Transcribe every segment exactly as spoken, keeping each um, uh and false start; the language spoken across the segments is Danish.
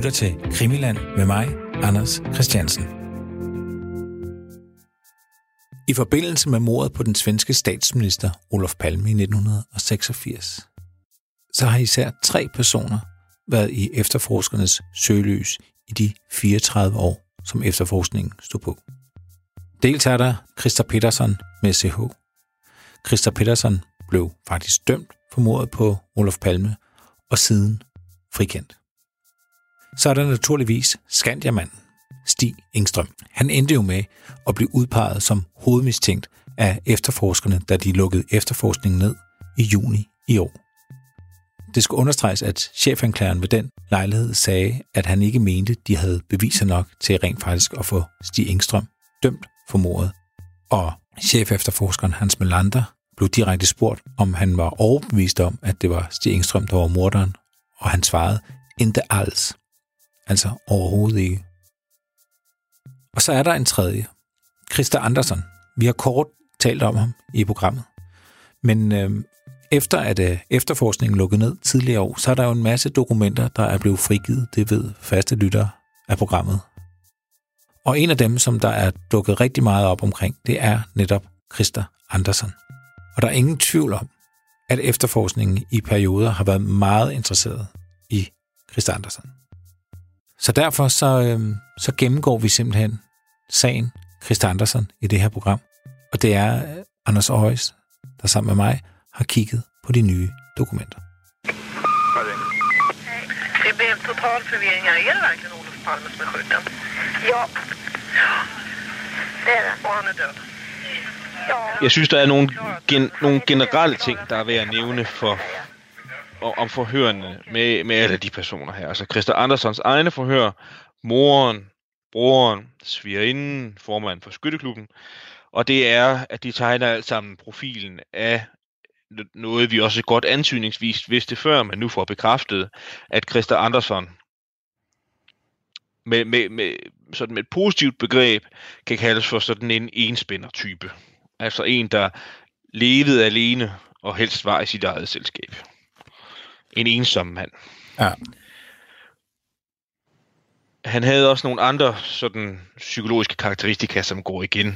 lytter til Krimiland med mig, Anders Christiansen. I forbindelse med mordet på den svenske statsminister Olof Palme i nitten seksogfirs, så har især tre personer været i efterforskernes søgelys i de fireogtredive år, som efterforskningen stod på. Dels er der Christer Pettersson med C H. Christer Pettersson blev faktisk dømt for mordet på Olof Palme og siden frikendt. Så er der naturligvis Skandiamanden, Stig Engström. Han endte jo med at blive udpeget som hovedmistænkt af efterforskerne, da de lukkede efterforskningen ned i juni i år. Det skal understreges, at chefanklageren ved den lejlighed sagde, at han ikke mente, de havde beviser nok til rent faktisk at få Stig Engström dømt for mordet. Og chefefterforskeren Hans Melander blev direkte spurgt, om han var overbevist om, at det var Stig Engström, der var morderen, og han svarede, inte alls. Altså overhovedet ikke. Og så er der en tredje, Christer Andersson. Vi har kort talt om ham i programmet. Men øh, efter at øh, efterforskningen lukkede ned tidligere år, så er der jo en masse dokumenter, der er blevet frigivet, det ved faste lyttere af programmet. Og en af dem, som der er dukket rigtig meget op omkring, det er netop Christer Andersson. Og der er ingen tvivl om, at efterforskningen i perioder har været meget interesseret i Christer Andersson. Så derfor så, øh, så gennemgår vi simpelthen sagen Christer Andersson i det her program. Og det er øh, Anders Øjes, der sammen med mig har kigget på de nye dokumenter. Det blev total förvirring här. Är det verkligen Olof Palme som är skjuten? Ja. Det är det. Och han är död. Jeg synes, der er nogle, gen, nogle generelle ting, der er ved at nævne for, om forhørene med, med alle de personer her. Altså Christer Anderssons egne forhør, moren, broren, svigerinden, formanden for skytteklubben, og det er, at de tegner alt sammen profilen af noget, vi også godt antydningsvis vidste før, men nu får bekræftet, at Christer Andersson med, med, med, sådan med et positivt begreb kan kaldes for sådan en enspænder-type. Altså en, der levede alene og helst var i sit eget selskab. En ensom mand. Ja. Han havde også nogle andre sådan psykologiske karakteristika, som går igen.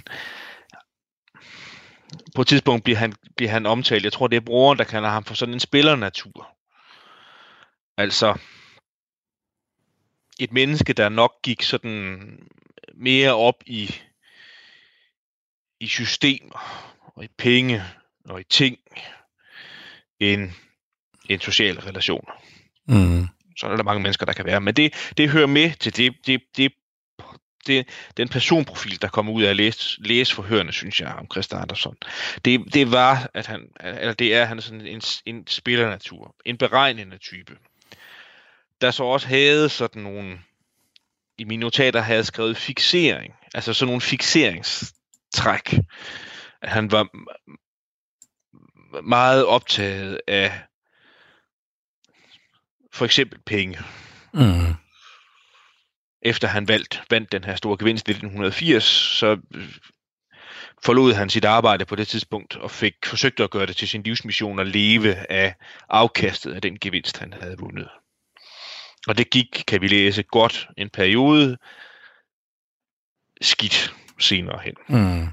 På et tidspunkt bliver han, bliver han omtalt, jeg tror det er broren, der kalder ham for sådan en spillernatur. Altså et menneske, der nok gik sådan mere op i, i systemer, og i penge, og i ting, end, end sociale relationer. Mm. Så er der mange mennesker, der kan være. Men det, det hører med til det, det, det, det, den personprofil, der kommer ud af at læse, læse forhørende, synes jeg, om Christer Andersson. Det, det var, at han, eller det er, at han er sådan en, en spillernatur, en beregnende type, der så også havde sådan nogle, i mine notater havde jeg skrevet fiksering, altså sådan nogle fikseringstræk. At han var meget optaget af for eksempel penge. Mm. Efter han valgt, vandt den her store gevinst i nitten firs, så forlod han sit arbejde på det tidspunkt og fik forsøgt at gøre det til sin livsmission at leve af afkastet af den gevinst, han havde vundet. Og det gik, kan vi læse, godt en periode, skidt senere hen. Mm.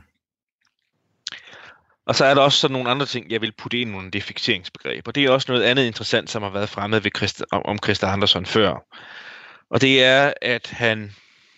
Og så er der også sådan nogle andre ting, jeg vil putte ind under det fikseringsbegreb. Og det er også noget andet interessant, som har været fremme ved Christa, om Christer Andersson før. Og det er, at han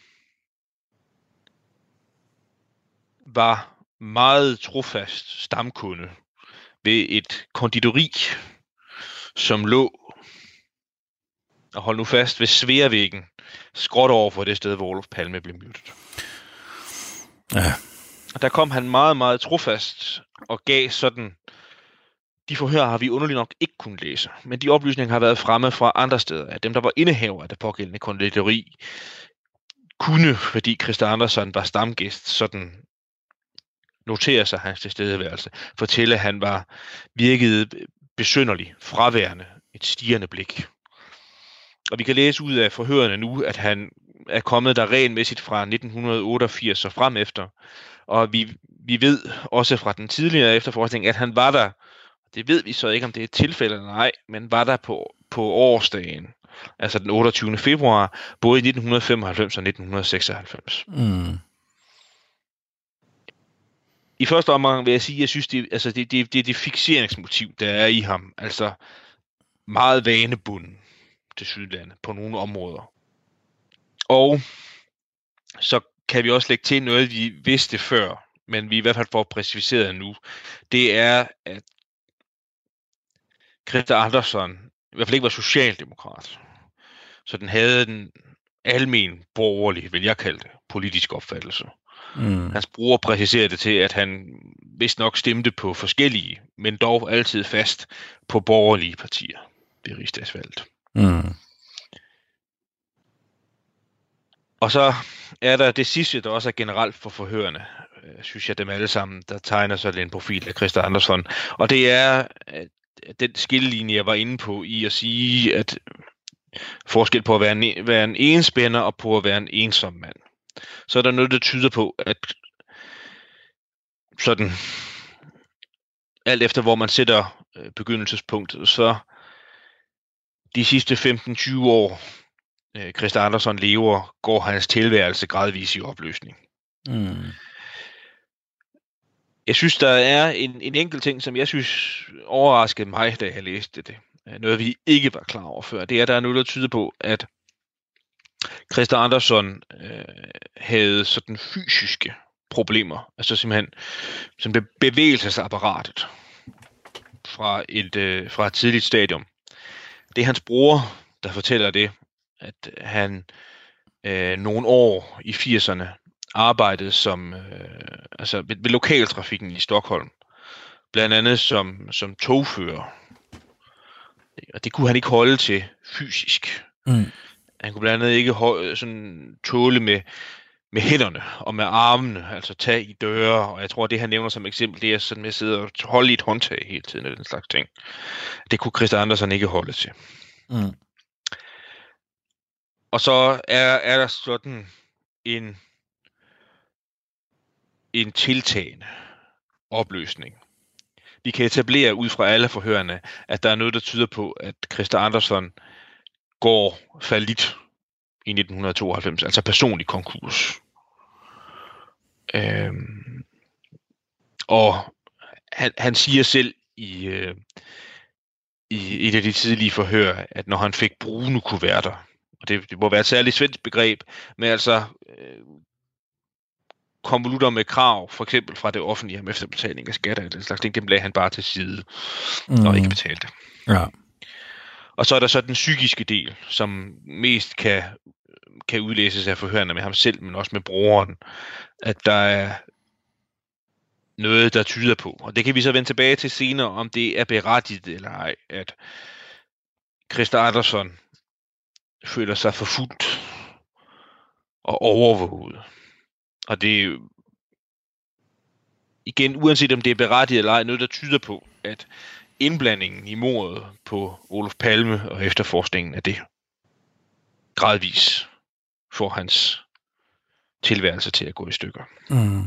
var meget trofast stamkunde ved et konditori, som lå, og hold nu fast, ved Sveavägen, skråt over for det sted, hvor Olof Palme blev myrdet. Ja. Og der kom han meget, meget trofast og gav sådan, de forhør har vi underligt nok ikke kunnet læse, men de oplysninger har været fremme fra andre steder, at dem, der var indehaver af det pågældende konditori, kunne, fordi Christer Andersson var stamgæst, sådan notere sig hans tilstedeværelse, fortælle, at han var virket besynderlig, fraværende, et stirrende blik. Og vi kan læse ud af forhørene nu, at han er kommet der regelmæssigt fra nitten otteogfirs og frem efter. Og vi, vi ved også fra den tidligere efterforskning, at han var der, det ved vi så ikke, om det er et tilfælde eller ej, men var der på, på årsdagen, altså den otteogtyvende februar, både i nitten femoghalvfems og nitten seksoghalvfems. Mm. I første omgang vil jeg sige, at jeg synes, det, altså det, det, det er det fixeringsmotiv, der er i ham. Altså meget vanebunden til Sydlandet på nogle områder. Og så kan vi også lægge til noget, vi vidste før, men vi i hvert fald får præciseret nu. Det er, at Christer Andersen i hvert fald ikke var socialdemokrat. Så den havde den almen borgerlige, vil jeg kalde det, politisk opfattelse. Mm. Hans bror præciserede det til, at han vist nok stemte på forskellige, men dog altid fast på borgerlige partier ved rigsdagsvalget. Mm. Og så er der det sidste, der også er generelt for forhørende, synes jeg dem alle sammen, der tegner sig en profil af Christer Andersen. Og det er den skillelinje, jeg var inde på i at sige, at forskel på at være en, være en enspænder og på at være en ensom mand. Så er der noget, der tyder på, at sådan, alt efter hvor man sætter begyndelsespunktet, så de sidste femten til tyve år, Christer Andersen lever, går hans tilværelse gradvis i opløsning. Mm. Jeg synes, der er en, en enkelt ting, som jeg synes overraskede mig, da jeg læste det. Noget, vi ikke var klar over før. Det er, at der er noget, der tyder på, at Christer Andersen øh, havde sådan fysiske problemer. Altså simpelthen som det bevægelsesapparatet fra et, øh, fra et tidligt stadium. Det er hans bror, der fortæller det, at han øh, nogle år i firserne arbejdede som øh, altså ved, ved lokaltrafikken i Stockholm. Blandt andet som, som togfører. Og det kunne han ikke holde til fysisk. Mm. Han kunne blandt andet ikke holde, sådan, tåle med, med hænderne og med armene, altså tage i døre. Og jeg tror, det han nævner som eksempel, det er sådan med at sidde og holde i et håndtag hele tiden, eller den slags ting. Det kunne Christer Andersen ikke holde til. Mm. Og så er, er der sådan en, en tiltagende opløsning. Vi kan etablere ud fra alle forhørende, at der er noget, der tyder på, at Christer Andersen går fallit i nitten tooghalvfems, altså personlig konkurs. Øhm, og han, han siger selv i, øh, i et af de tidlige forhør, at når han fik brune kuverter, og det, det må være et særligt svensk begreb, men altså øh, konvolutter med krav, for eksempel fra det offentlige om efterbetaling af skatter, den slags ting, dem lagde han bare til side, mm. og ikke betalte. Ja. Og så er der så den psykiske del, som mest kan, kan udlæses af forhørende med ham selv, men også med broren, at der er noget, der tyder på. Og det kan vi så vende tilbage til senere, om det er berettiget eller ej, at Christer Andersen føler sig forfulgt og overvåget. Og det er igen, uanset om det er berettiget eller ej, noget, der tyder på, at indblandingen i mordet på Olof Palme og efterforskningen af det gradvis får hans tilværelse til at gå i stykker. Mm.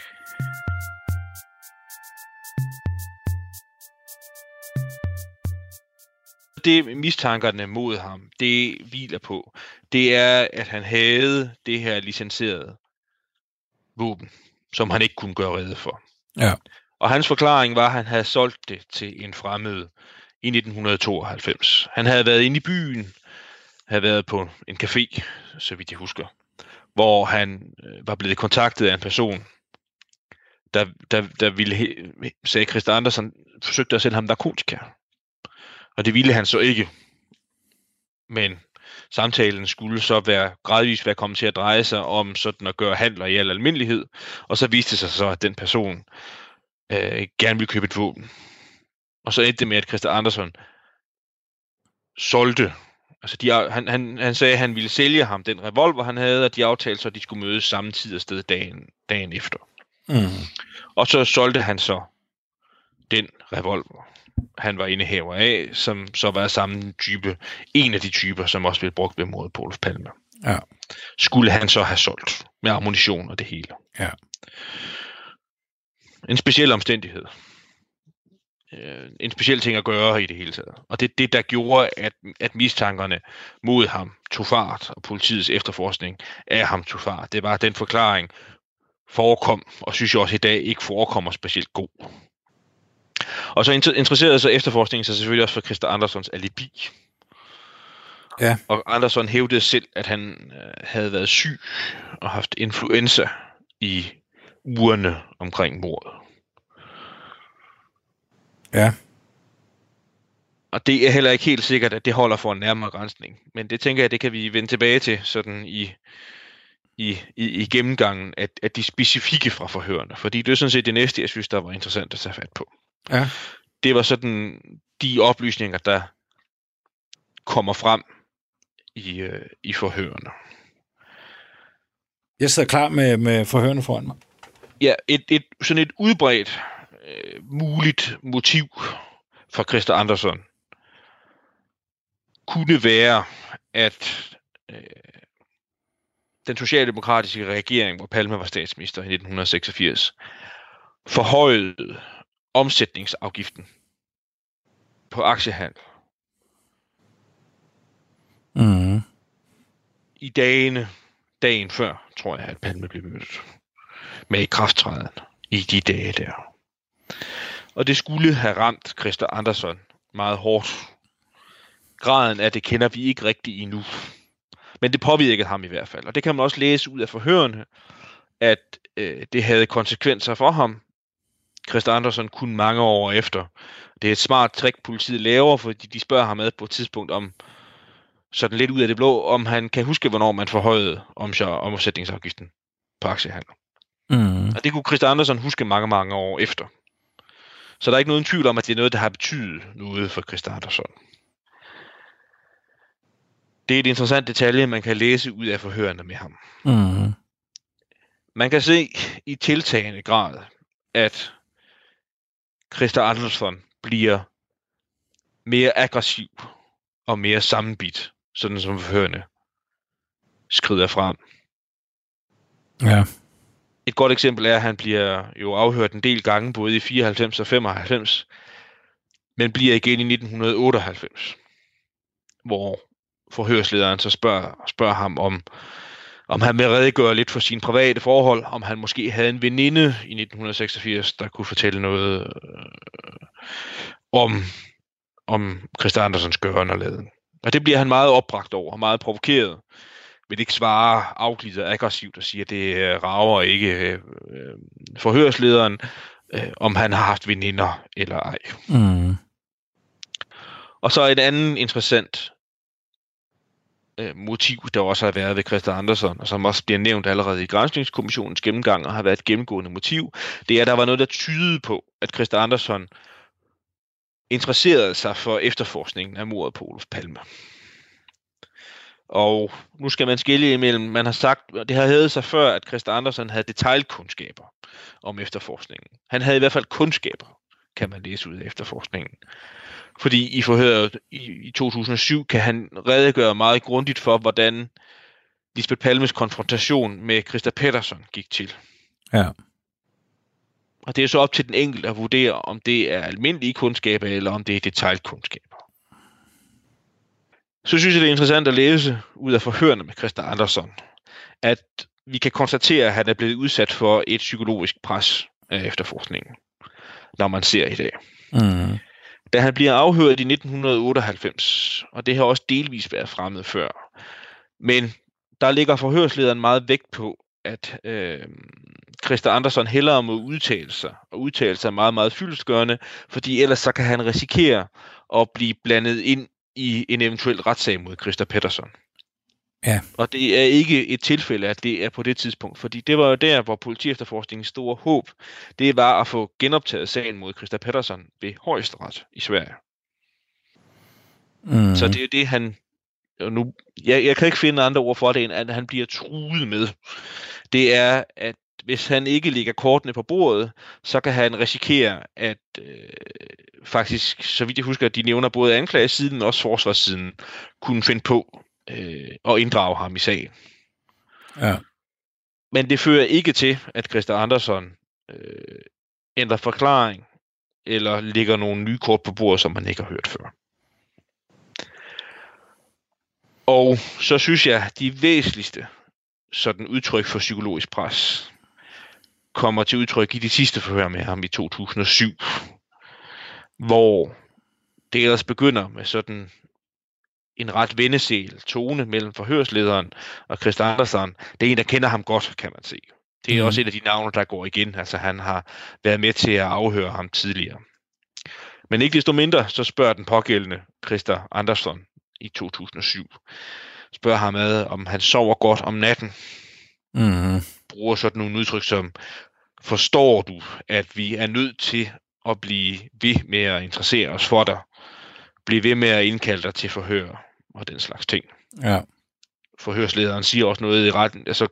Det mistankerne mod ham, det hviler på, det er, at han havde det her licenserede våben, som han ikke kunne gøre rede for. Ja. Og hans forklaring var, at han havde solgt det til en fremmed i nitten tooghalvfems. Han havde været inde i byen, havde været på en café, så vidt jeg husker, hvor han var blevet kontaktet af en person, der, der, der ville, sagde Christer Andersen, forsøgte at sælge ham narkotika. Og det ville han så ikke. Men samtalen skulle så være gradvist være kommet til at dreje sig om sådan at gøre handler i al almindelighed. Og så viste det sig så, at den person øh, gerne ville købe et våben. Og så endte det med, at Christer Andersen solgte. Altså de, han, han, han sagde, at han ville sælge ham den revolver, han havde, og de aftalte så, at de skulle mødes samme tid og sted dagen, dagen efter. Mm. Og så solgte han så den revolver, han var indehaver af, som så var samme type, en af de typer, som også blev brugt ved mordet på Olof Palme. Ja. Skulle han så have solgt med ammunition og det hele. Ja. En speciel omstændighed. øh, en speciel ting at gøre i det hele taget. Og det er det, der gjorde, at, at mistankerne mod ham tog fart, og politiets efterforskning af ham tog fart. Det var den forklaring forekom, og synes jeg også i dag ikke forekommer specielt god. Og så interesserede sig efterforskningen sig selvfølgelig også for Christer Andersons alibi. Ja. Og Andersson hævdede selv, at han øh, havde været syg og haft influenza i ugerne omkring mordet. Ja. Og det er heller ikke helt sikkert, at det holder for en nærmere granskning. Men det tænker jeg, det kan vi vende tilbage til sådan i, i, i, i gennemgangen af, af de specifikke fra forhørene. Fordi det er sådan set det næste, jeg synes, der var interessant at tage fat på. Ja. Det var sådan de oplysninger, der kommer frem i, øh, i forhørene. Jeg sidder klar med, med forhørene foran mig. Ja, et, et, sådan et udbredt øh, muligt motiv for Christer Andersson kunne være, at øh, den socialdemokratiske regering, hvor Palme var statsminister i nitten seksogfirs, forhøjede omsætningsafgiften på aktiehandel. Mm. I dagene, dagen før, tror jeg, at Palme blev mødt med ikrafttræden i de dage der. Og det skulle have ramt Christer Andersson meget hårdt. Graden af det kender vi ikke rigtig endnu. Men det påvirkede ham i hvert fald. Og det kan man også læse ud af forhørene, at øh, det havde konsekvenser for ham. Christer Andersson kunne mange år efter. Det er et smart trick, politiet laver, fordi de spørger ham ad på et tidspunkt om, sådan lidt ud af det blå, om han kan huske, hvornår man forhøjede omsætningsafgiften på aktiehandel. Mm. Og det kunne Christer Andersson huske mange, mange år efter. Så der er ikke nogen tvivl om, at det er noget, der har betydet noget for Christer Andersson. Det er et interessant detalje, man kan læse ud af forhørene med ham. Mm. Man kan se i tiltagende grad, at Christer Andersson bliver mere aggressiv og mere sammenbidt, sådan som forhørene skrider frem. Ja. Et godt eksempel er, at han bliver jo afhørt en del gange, både i fireoghalvfems og femoghalvfems, men bliver igen i nitten otteoghalvfems, hvor forhørslederen så spørger, spørger ham, om, om han vil redegøre lidt for sine private forhold, om han måske havde en veninde i nitten seksogfirs, der kunne fortælle noget øh, om, om Christer Anderssons gøren og laden. Og det bliver han meget opbragt over, meget provokeret, vil ikke svare afglidet og aggressivt og sige, at det øh, rager ikke øh, forhørslederen, øh, om han har haft veninder eller ej. Mm. Og så et andet interessant øh, motiv, der også har været ved Christer Andersson, og som også bliver nævnt allerede i Granskningskommissionens gennemgang, og har været et gennemgående motiv, det er, at der var noget, der tydede på, at Christer Andersson interesserede sig for efterforskningen af mordet på Olof Palme. Og nu skal man skille imellem, man har sagt, det har hævet sig før, at Christer Andersson havde detailkundskaber om efterforskningen. Han havde i hvert fald kundskaber, kan man læse ud af efterforskningen. Fordi i forhøret i, i to tusind og syv kan han redegøre meget grundigt for, hvordan Lisbeth Palmes konfrontation med Christer Pettersson gik til. Ja. Og det er så op til den enkelte at vurdere, om det er almindelige kundskaber, eller om det er detailkundskaber. Så synes jeg, det er interessant at læse ud af forhørene med Christer Andersson, at vi kan konstatere, at han er blevet udsat for et psykologisk pres af efterforskningen, når man ser i dag. Mm. Da han bliver afhørt i nitten otteoghalvfems, og det har også delvis været fremmed før, men der ligger forhørslederen meget vægt på, at øh, Christer Andersson hellere må udtale sig, og udtale sig meget, meget fyldestgørende, fordi ellers så kan han risikere at blive blandet ind i en eventuel retssag mod Christer Pettersson. Ja. Og det er ikke et tilfælde, at det er på det tidspunkt, fordi det var jo der, hvor politiefterforskningens store håb, det var at få genoptaget sagen mod Christer Pettersson ved Højesteret i Sverige. Mm. Så det er jo det, han... Nu, jeg, jeg kan ikke finde andre ord for det, end at han bliver truet med. Det er, at hvis han ikke lægger kortene på bordet, så kan han risikere, at øh, faktisk, så vidt jeg husker, at de nævner både anklagesiden, men også forsvarssiden, kunne finde på øh, at inddrage ham i sagen. Ja. Men det fører ikke til, at Christer Andersson øh, ændrer forklaring eller ligger nogle nye kort på bordet, som man ikke har hørt før. Og så synes jeg, at de væsentligste sådan udtryk for psykologisk pres kommer til udtryk i de sidste forhør med ham i to tusind og syv, hvor det ellers begynder med sådan en ret vendesel tone mellem forhørslederen og Christer Andersen. Det er en, der kender ham godt, kan man se. Det er mm. også et af de navne, der går igen. Altså, han har været med til at afhøre ham tidligere. Men ikke desto mindre, så spørger den pågældende Christer Andersen i to tusind og syv, spørger ham ad, om han sover godt om natten. Mm. Bruger sådan nogle udtryk som, forstår du, at vi er nødt til at blive ved med at interessere os for dig? Blive ved med at indkalde dig til forhør og den slags ting. Ja. Forhørslederen siger også noget i retten, altså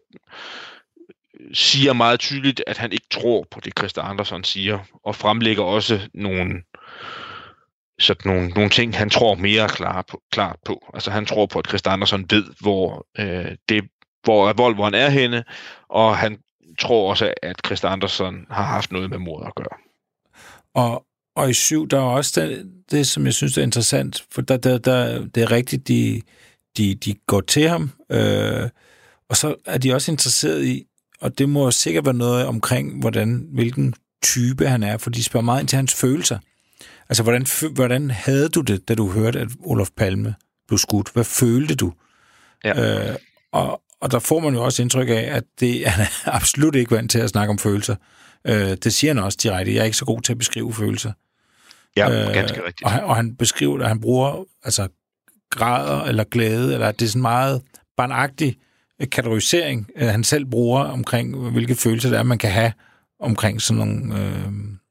siger meget tydeligt, at han ikke tror på det, Christer Andersen siger, og fremlægger også nogle, sådan nogle, nogle ting, han tror mere klar på, klart på. Altså han tror på, at Christer Andersen ved, hvor, øh, det, hvor Volvoen er henne, og han tror også, at Christer Andersen har haft noget med mordet at gøre. Og, og i syv, der er også det, det, som jeg synes er interessant, for der, der, der, det er rigtigt, de, de, de går til ham, øh, og så er de også interesseret i, og det må sikkert være noget omkring, hvordan, hvilken type han er, for de spørger meget ind til hans følelser. Altså, hvordan, hvordan havde du det, da du hørte, at Olof Palme blev skudt? Hvad følte du? Ja. Øh, og, og der får man jo også indtryk af, at det, han er absolut ikke vant til at snakke om følelser. Øh, det siger han også direkte. Jeg er ikke så god til at beskrive følelser. Ja, øh, ganske rigtigt. Og han, og han beskriver, at han bruger altså græder eller glæde, eller det er sådan meget barnagtig kategorisering, han selv bruger omkring, hvilke følelser det er, man kan have omkring sådan nogle, øh,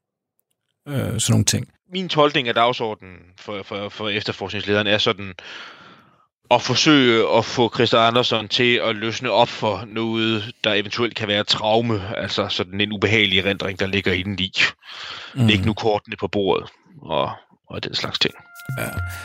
øh, sådan nogle ting. Min tolkning af dagsordenen for, for, for efterforskningslederen er sådan at forsøge at få Christer Andersen til at løsne op for noget, der eventuelt kan være traume, altså sådan en ubehagelig erindring, der ligger i den lig. Mm. Læg nu kortene på bordet og, og den slags ting. Ja.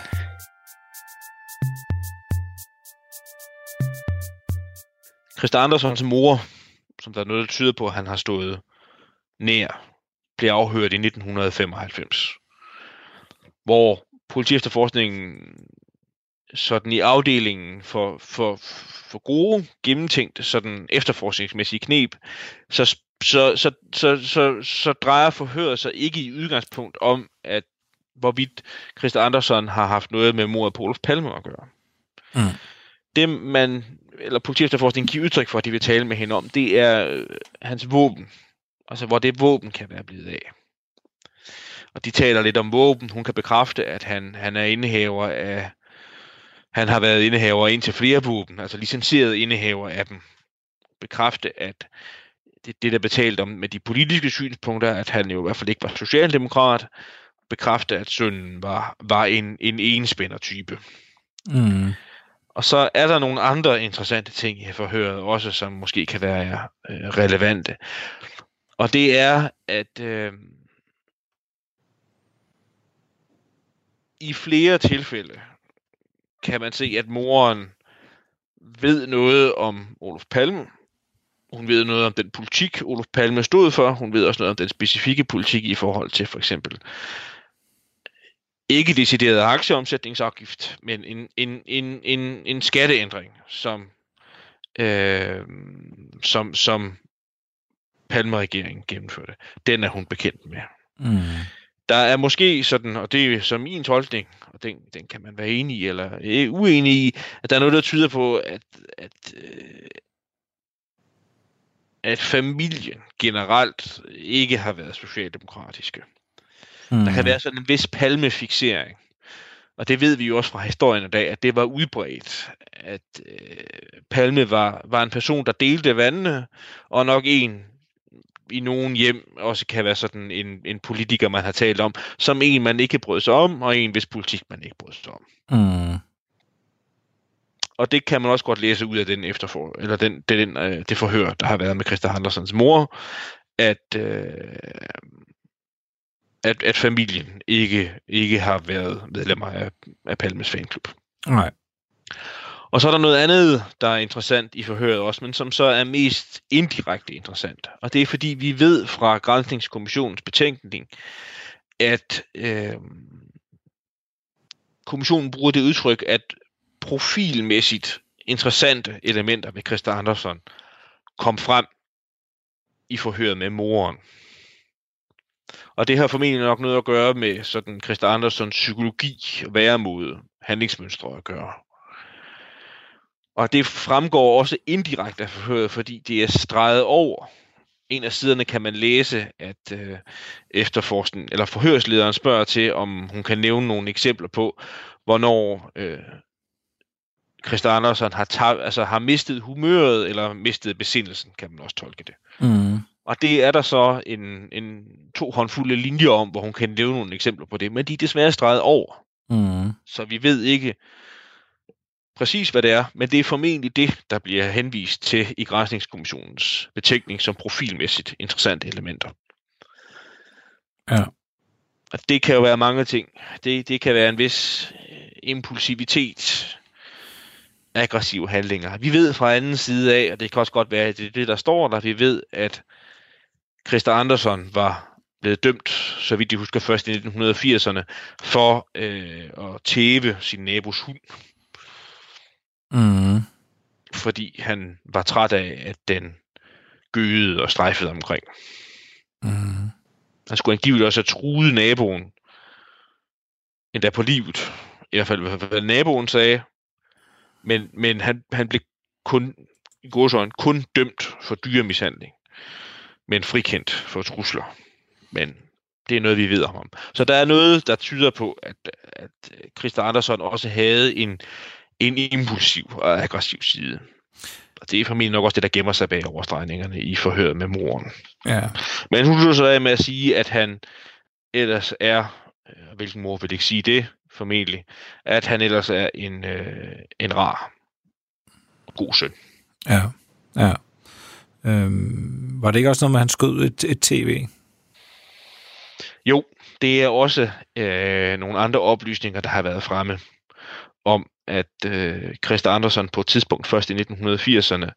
Christer Andersens mor, som der er noget, der tyder på, at han har stået nær, blev afhørt i nitten femoghalvfems, hvor politiefterforskningen sådan i afdelingen for, for, for gode, gennemtænkte sådan efterforskningsmæssige kneb, så, så, så, så, så, så drejer forhøret sig ikke i udgangspunkt om, at hvorvidt Christer Andersen har haft noget med mordet på Olof Palme at gøre. Mm. Det man, eller politiefterforskningen giver udtryk for, at de vil tale med hende om, det er øh, hans våben. Altså hvor det våben kan være blevet af. Og de taler lidt om våben. Hun kan bekræfte, at han, han er indehaver af, han har været indehaver af indtil flere våben, altså licenseret indehaver af dem. Bekræfte, at det, det der betalt om med de politiske synspunkter, at han jo i hvert fald ikke var socialdemokrat. Bekræfte, at sønnen var, var en, en enspænder-type. Mm. Og så er der nogle andre interessante ting i forhøret også, som måske kan være øh, relevante. Og det er, at øh, i flere tilfælde kan man se, at moren ved noget om Olof Palme. Hun ved noget om den politik, Olof Palme stod for. Hun ved også noget om den specifikke politik i forhold til for eksempel ikke decideret aktieomsætningsafgift, men en, en, en, en, en skatteændring, som, øh, som, som Palme-regeringen gennemførte. Den er hun bekendt med. Mm. Der er måske sådan, og det er så min tolkning, og den, den kan man være enig i eller er uenig i, at der er noget, der tyder på, at, at, at familien generelt ikke har været socialdemokratiske. Mm. Der kan være sådan en vis palmefiksering. Og det ved vi jo også fra historien i dag, at det var udbredt. At øh, Palme var, var en person, der delte vandene, og nok en i nogen hjem også kan være sådan en, en politiker, man har talt om, som en, man ikke brød sig om, og en, hvis politik, man ikke brød sig om. Mm. Og det kan man også godt læse ud af den efterfor, eller den, den, øh, det forhør, der har været med Christer Andersens mor, at øh, At, at familien ikke, ikke har været medlemmer af, af Palmes fanklub. Nej. Og så er der noget andet, der er interessant i forhøret også, men som så er mest indirekte interessant. Og det er fordi, vi ved fra Granskningskommissionens betænkning, at øh, kommissionen bruger det udtryk, at profilmæssigt interessante elementer ved Christa Andersson kom frem i forhøret med moren. Og det har formentlig nok noget at gøre med sådan Christa Anderssons psykologi, væremåde, handlingsmønstre at gøre. Og det fremgår også indirekte af forhøret, fordi det er streget over. En af siderne kan man læse, at øh, efterforskningen eller forhørslederen spørger til, om hun kan nævne nogle eksempler på, hvornår øh, Christa Andersson har, tab- altså har mistet humøret eller mistet besindelsen, kan man også tolke det. Mm. Og det er der så en, en to håndfulde linjer om, hvor hun kan nævne nogle eksempler på det, men de er desværre streget over. Mm. Så vi ved ikke præcis, hvad det er, men det er formentlig det, der bliver henvist til i Granskningskommissionens betænkning som profilmæssigt interessante elementer. Ja. Og det kan jo være mange ting. Det, det kan være en vis impulsivitet, aggressive handlinger. Vi ved fra anden side af, og det kan også godt være, at det er det, der står der, vi ved, at Christa Andersson var blevet dømt, så vidt jeg husker, først i nitten firserne, for øh, at tæve sin nabos hund. Mm. Fordi han var træt af, at den gøede og strejfede omkring. Mm. Han skulle angiveligt også have truet naboen, endda på livet. I hvert fald, hvad naboen sagde. Men, men han, han blev kun, i gåseøjne, kun dømt for dyremishandling, men frikendt for trusler. Men det er noget, vi ved om ham. Så der er noget, der tyder på, at, at Christa Andersson også havde en, en impulsiv og aggressiv side. Og det er formentlig nok også det, der gemmer sig bag overstregningerne i forhøret med moren. Ja. Men hun så af med at sige, at han ellers er, hvilken mor vil ikke sige det, formentlig, at han ellers er en, øh, en rar, god søn. Ja, ja. Øhm, var det ikke også noget med, at han skød et, et tv? Jo, det er også øh, nogle andre oplysninger, der har været fremme om, at øh, Christa Andersson på et tidspunkt, først i nitten firserne,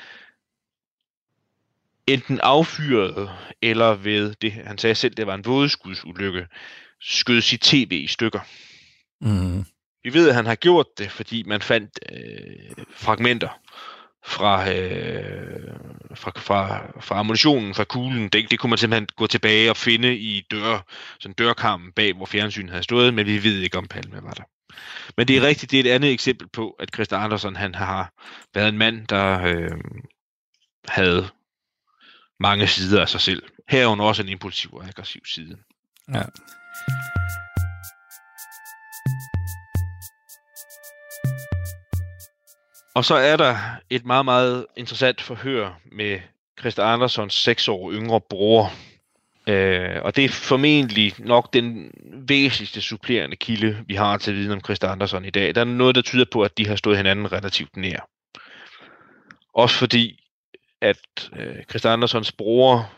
enten affyrede, eller ved det, han sagde selv, det var en vådeskudsulykke, skød sit tv i stykker. Mm. Vi ved, at han har gjort det, fordi man fandt øh, fragmenter fra, øh, fra, fra, fra ammunitionen, fra kuglen. Det, det kunne man simpelthen gå tilbage og finde i dør, sådan dørkarmen bag, hvor fjernsynet havde stået, men vi ved ikke, om Palme var der. Men det er rigtigt, det er et andet eksempel på, at Christa Andersson, han har været en mand, der øh, havde mange sider af sig selv. Herunder også en impulsiv og aggressiv side. Ja. Og så er der et meget, meget interessant forhør med Christa Anderssons seks år yngre bror. Øh, og det er formentlig nok den væsentligste supplerende kilde, vi har til viden om Christa Andersson i dag. Der er noget, der tyder på, at de har stået hinanden relativt nær. Også fordi, at øh, Christa Anderssons bror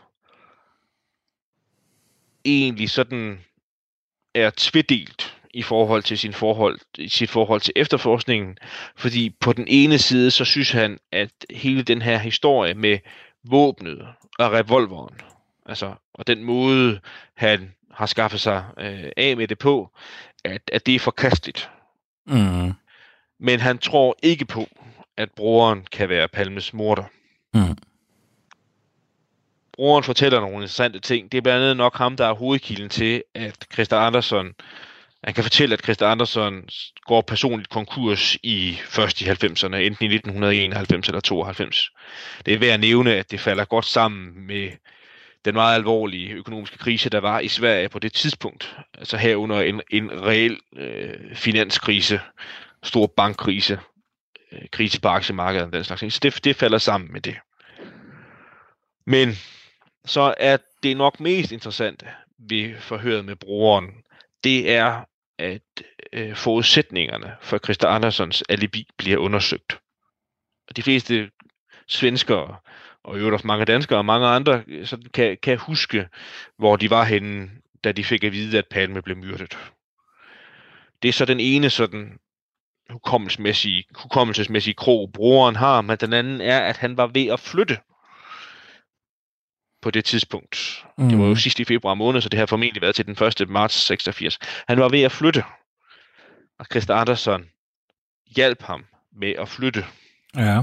egentlig sådan er tvedelt i forhold til sin forhold, sit forhold til efterforskningen, fordi på den ene side, så synes han, at hele den her historie med våbnet og revolveren, altså, og den måde, han har skaffet sig øh, af med det på, at, at det er forkasteligt. Mm. Men han tror ikke på, at broren kan være Palmes morder. Mm. Broren fortæller nogle interessante ting. Det er blandt andet nok ham, der er hovedkilden til, at Christa Andersson, han kan fortælle, at Christa Andersson går personligt konkurs i først i halvfemserne, enten i nitten enoghalvfems eller tooghalvfems. Det er værd at nævne, at det falder godt sammen med den meget alvorlige økonomiske krise, der var i Sverige på det tidspunkt. Altså herunder en, en reel øh, finanskrise, stor bankkrise, øh, krise på aktiemarkedet og den slags ting. Så det, det falder sammen med det. Men så er det nok mest interessante ved forhøret med broren, det er, at øh, forudsætningerne for Christa Anderssons alibi bliver undersøgt. Og de fleste svenskere, og i øvrigt også mange danskere og mange andre, sådan kan, kan huske, hvor de var henne, da de fik at vide, at Palme blev myrdet. Det er så den ene sådan hukommelsesmæssige, hukommelsesmæssige krog, broren har, men den anden er, at han var ved at flytte på det tidspunkt. Mm. Det var jo sidst i februar måned, så det har formentlig været til den første marts seksogfirs. Han var ved at flytte, og Christer Andersen hjalp ham med at flytte. Ja.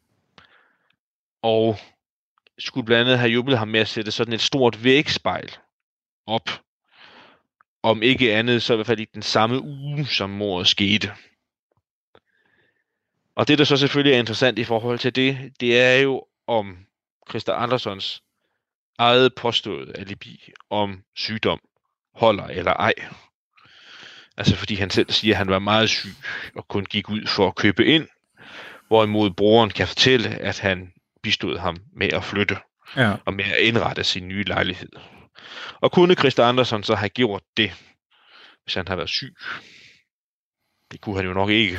Og skulle blandt andet have hjulpet ham med at sætte sådan et stort vægspejl op. Om ikke andet, så i hvert fald i den samme uge, som mordet skete. Og det, der så selvfølgelig er interessant i forhold til det, det er jo, om Christer Andersens eget påstået alibi om sygdom holder eller ej. Altså fordi han selv siger, at han var meget syg og kun gik ud for at købe ind, hvorimod broren kan fortælle, at han bistod ham med at flytte Ja. og med at indrette sin nye lejlighed. Og kunne Christer Andersen så have gjort det, hvis han havde været syg? Det kunne han jo nok ikke.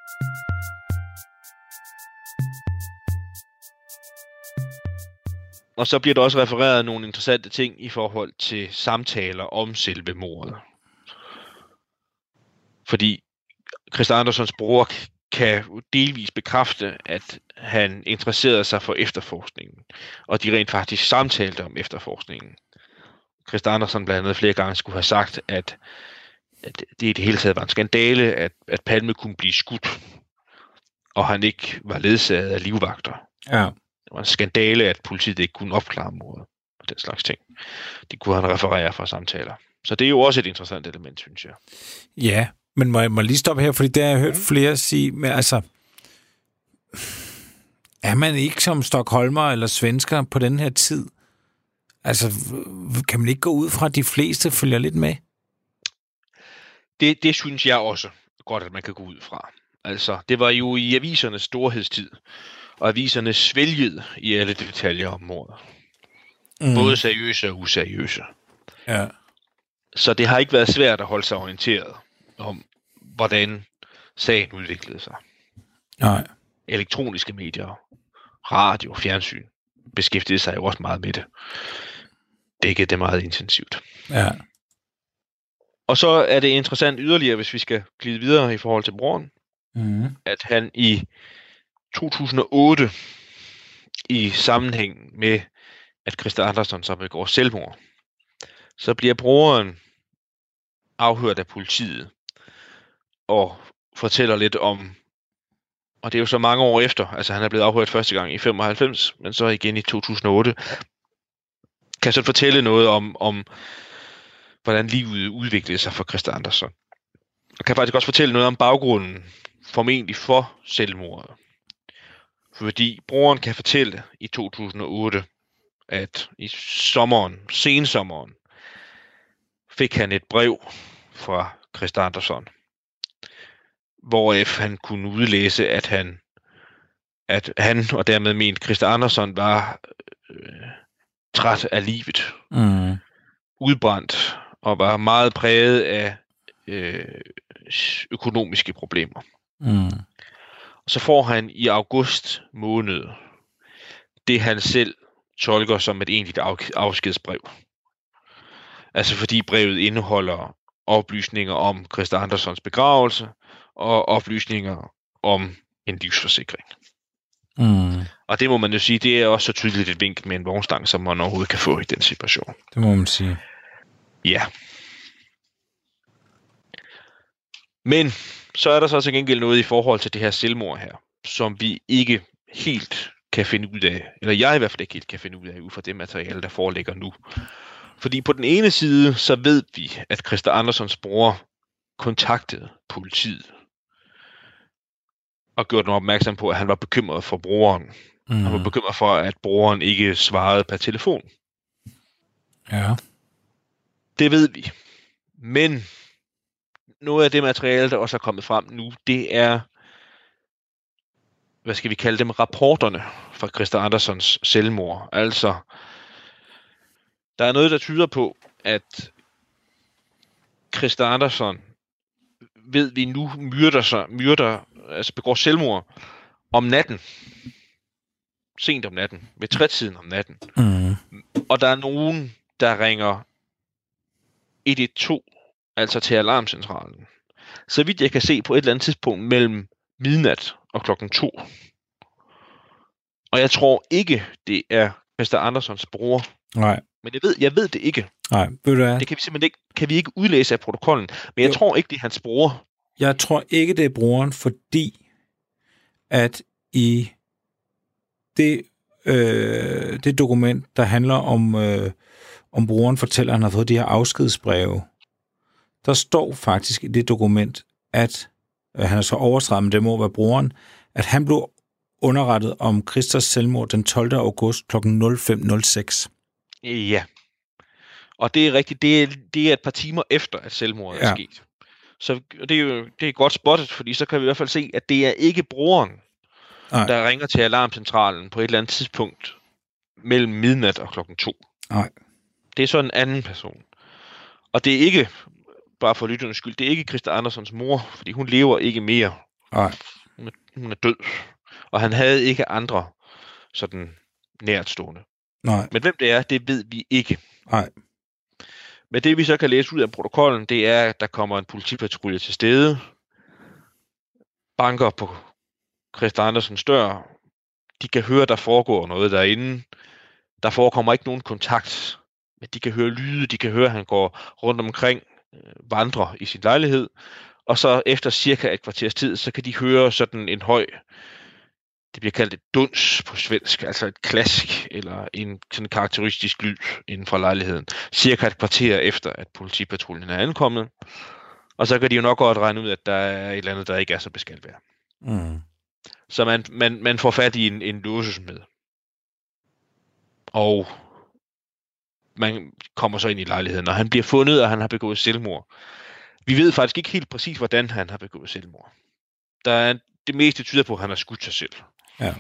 Og så bliver der også refereret nogle interessante ting i forhold til samtaler om selve mordet. Fordi Christer Andersens bror kan delvis bekræfte, at han interesserede sig for efterforskningen, og de rent faktisk samtalte om efterforskningen. Christer Andersen blandt andet flere gange skulle have sagt, at, at det i det hele taget var en skandale, at, at Palme kunne blive skudt, og han ikke var ledsaget af livvagter. Ja. Det var en skandale, at politiet ikke kunne opklare mordet og den slags ting. Det kunne han referere fra samtaler. Så det er jo også et interessant element, synes jeg. Ja, men må jeg må lige stoppe her, fordi der har jeg hørt flere sige, men altså, er man ikke som stockholmer eller svensker på den her tid? Altså, kan man ikke gå ud fra, at de fleste følger lidt med? Det, det synes jeg også godt, at man kan gå ud fra. Altså, det var jo i avisernes storhedstid, og aviserne svælgede i alle detaljer om mordet. Mm. Både seriøse og useriøse. Ja. Så det har ikke været svært at holde sig orienteret om, hvordan sagen udviklede sig. Nej. Elektroniske medier, radio, fjernsyn, beskæftigede sig jo også meget med det. Dækkede det meget intensivt. Ja. Og så er det interessant yderligere, hvis vi skal glide videre i forhold til broren, Mm. at han i to tusind og otte, i sammenhæng med, at Christer Andersen så begår selvmord, så bliver broren afhørt af politiet og fortæller lidt om, og det er jo så mange år efter, altså han er blevet afhørt første gang i femoghalvfems, men så igen i to tusind og otte, kan så fortælle noget om, om hvordan livet udviklede sig for Christer Andersen. Og kan faktisk også fortælle noget om baggrunden, formentlig for selvmordet. Fordi broren kan fortælle i to tusind og otte, at i sommeren, sensommeren, fik han et brev fra Christer Andersen, hvoref han kunne udlæse, at han, at han og dermed mente Christer Andersen var øh, træt af livet, Mm. udbrændt og var meget præget af øh, økonomiske problemer. Mm. Og så får han i august måned det, han selv tolker som et egentligt afskedsbrev. Altså fordi brevet indeholder oplysninger om Christer Andersens begravelse og oplysninger om en livsforsikring. Mm. Og det må man jo sige, det er også så tydeligt et vink med en vognstang, som man overhovedet kan få i den situation. Det må man sige. Ja. Men så er der så til gengæld noget i forhold til det her selvmord her, som vi ikke helt kan finde ud af, eller jeg i hvert fald ikke helt kan finde ud af, ud fra det materiale, der foreligger nu. Fordi på den ene side, så ved vi, at Christer Andersens bror kontaktede politiet og gjorde dem opmærksom på, at han var bekymret for broren. Mm. Han var bekymret for, at broren ikke svarede per telefon. Ja. Det ved vi. Men noget af det materiale, der også er kommet frem nu, det er, hvad skal vi kalde dem, rapporterne fra Christer Andersens selvmord. Altså, der er noget, der tyder på, at Christer Andersen, ved vi nu, myrder sig, myrder, altså begår selvmord om natten. Sent om natten. Ved trætiden om natten. Mm. Og der er nogen, der ringer et et to, altså til alarmcentralen. Så vidt jeg kan se på et eller andet tidspunkt mellem midnat og klokken to. Og jeg tror ikke, det er Christer Andersens bror, Nej. Men jeg ved, jeg ved det ikke. Nej, ved du hvad? Det kan vi simpelthen ikke, kan vi ikke udlæse af protokollen. Men jeg Jo. tror ikke, det er hans bror. Jeg tror ikke, det er broren, fordi at i det, øh, det dokument, der handler om, øh, om broren fortæller, at han har fået de her afskedsbreve, der står faktisk i det dokument, at øh, han er så overstreget, men det må være broren, at han blev underrettet om Christers selvmord den tolvte august klokken nul fem nul seks. Ja. Og det er rigtigt, det er, det er et par timer efter, at selvmordet ja. er sket. Så det er jo det er godt spottet, fordi så kan vi i hvert fald se, at det er ikke broren, Nej. der ringer til alarmcentralen på et eller andet tidspunkt mellem midnat og klokken to. Nej. Det er så en anden person. Og det er ikke, bare for lytternes skyld, det er ikke Christa Andersens mor, fordi hun lever ikke mere. Nej. Hun er, hun er død. Og han havde ikke andre sådan nærtstående. Nej. Men hvem det er, det ved vi ikke. Nej. Men det vi så kan læse ud af protokollen, det er, at der kommer en politipatrulje til stede, banker på Christa Andersens dør, de kan høre, der foregår noget derinde, der forekommer ikke nogen kontakt, men de kan høre lyde, de kan høre, at han går rundt omkring, vandrer i sin lejlighed, og så efter cirka et kvarters tid, så kan de høre sådan en høj, det bliver kaldt et duns på svensk, altså et klask, eller en sådan karakteristisk lyd inden for lejligheden, cirka et kvarter efter, at politipatruljen er ankommet. Og så kan de jo nok godt regne ud, at der er et eller andet, der ikke er, så beskalt være. Mm. Så man, man, man får fat i en, en låsesmed. Og man kommer så ind i lejligheden, og han bliver fundet, og han har begået selvmord. Vi ved faktisk ikke helt præcis, hvordan han har begået selvmord. Der er det meste tyder på, at han har skudt sig selv. Ja.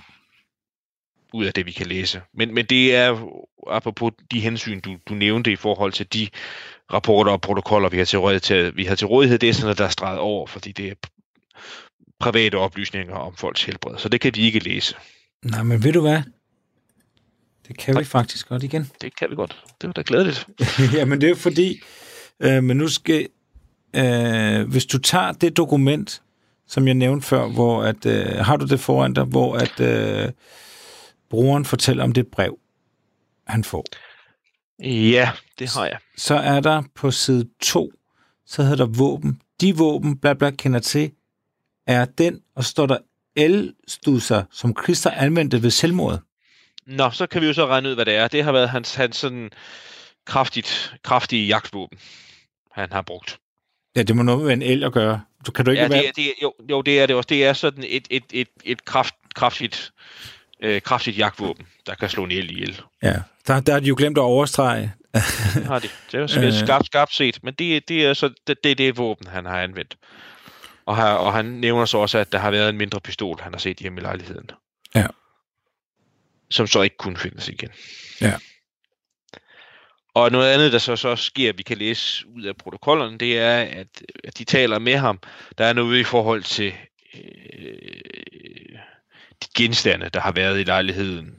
Ud af det, vi kan læse. Men, men det er, apropos de hensyn, du, du nævnte i forhold til de rapporter og protokoller, vi har til rådighed, vi har til rådighed, det er sådan, at der er streget over, fordi det er private oplysninger om folks helbred. Så det kan de ikke læse. Nej, men ved du hvad? Det kan vi faktisk godt igen. Det kan vi godt. Det var da glædeligt. Ja, men det er jo fordi, øh, men nu skal, øh, hvis du tager det dokument, som jeg nævnte før, hvor at, øh, har du det foran dig, hvor at øh, brugeren fortæller om det brev, han får. Ja, det har jeg. Så er der på side to, så hedder der våben. De våben, bla bla kender til, er den, og står der el-studser, som Christer anvendte ved selvmordet. Nå, så kan vi jo så regne ud, hvad det er. Det har været hans, hans sådan kraftigt, kraftige jagtvåben, han har brugt. Ja, det må noget med en el at gøre. Du kan du ikke ja, være... det er, det er, jo, jo, det er det også. Det er sådan et, et, et, et kraft, kraftigt, øh, kraftigt jagtvåben, der kan slå en el ihjel. Ja, der, der har de jo glemt at overstrege. Det har de. Det er jo skarpt, skarpt set, men det, det er så det, det er det våben, han har anvendt. Og, her, og han nævner så også, at der har været en mindre pistol, han har set hjemme i lejligheden. Ja. Som så ikke kunne findes igen. Ja. Og noget andet, der så, så sker, vi kan læse ud af protokollerne, det er, at, at de taler med ham. Der er noget i forhold til øh, de genstande, der har været i lejligheden.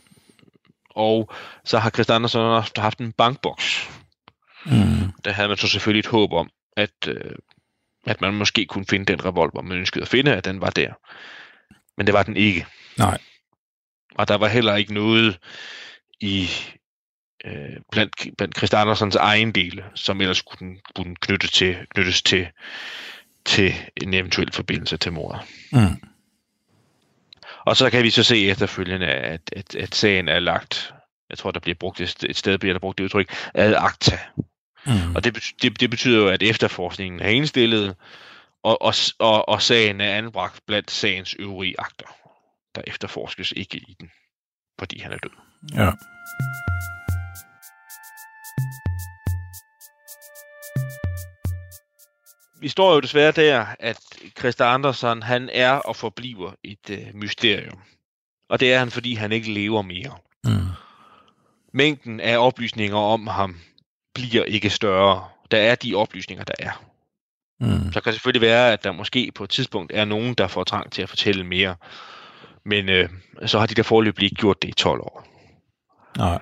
Og så har Christa Andersen også haft en bankboks. Mm. Der havde man så selvfølgelig et håb om, at, øh, at man måske kunne finde den revolver, man ønskede at finde, at den var der. Men det var den ikke. Nej. Og der var heller ikke noget i øh, blandt, blandt Christa Andersens egen dele, som ellers kunne, kunne knytte til, knyttes til, til en eventuel forbindelse til mordet. Mm. Og så kan vi så se efterfølgende, at, at, at sagen er lagt, jeg tror, der bliver brugt et, et sted, bliver der brugt det udtryk, ad acta. Mm. Og det, det, det betyder jo, at efterforskningen er indstillet, og, og, og, og sagen er anbragt blandt sagens øvrige akter. Der efterforskes ikke i den, fordi han er død. Ja. Vi står jo desværre der, at Christa Andersen, han er og forbliver et øh, mysterium. Og det er han, fordi han ikke lever mere. Mm. Mængden af oplysninger om ham bliver ikke større. Der er de oplysninger, der er. Mm. Så kan det selvfølgelig være, at der måske på et tidspunkt er nogen, der får trang til at fortælle mere. Men øh, så har de der foreløbig ikke gjort det i tolv år. Nej.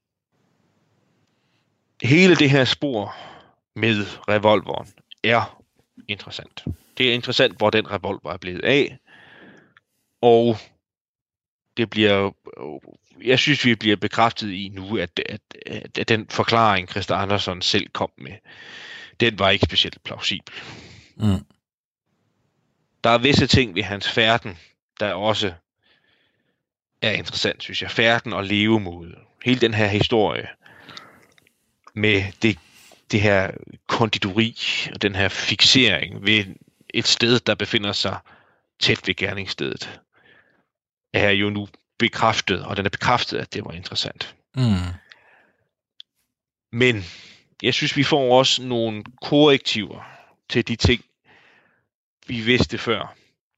Hele det her spor med revolveren er interessant. Det er interessant, hvor den revolver er blevet af. Og det bliver, jeg synes, vi bliver bekræftet i nu, at, at, at, at den forklaring, Christa Andersson selv kom med, den var ikke specielt plausibel. Mm. Der er visse ting ved hans færden, der også er interessant, synes jeg. Færden og levemåde. Hele den her historie med det, det her konditori og den her fiksering ved et sted, der befinder sig tæt ved gerningsstedet, er jo nu bekræftet, og den er bekræftet, at det var interessant. Mm. Men jeg synes, vi får også nogle korrektiver til de ting, vi vidste før.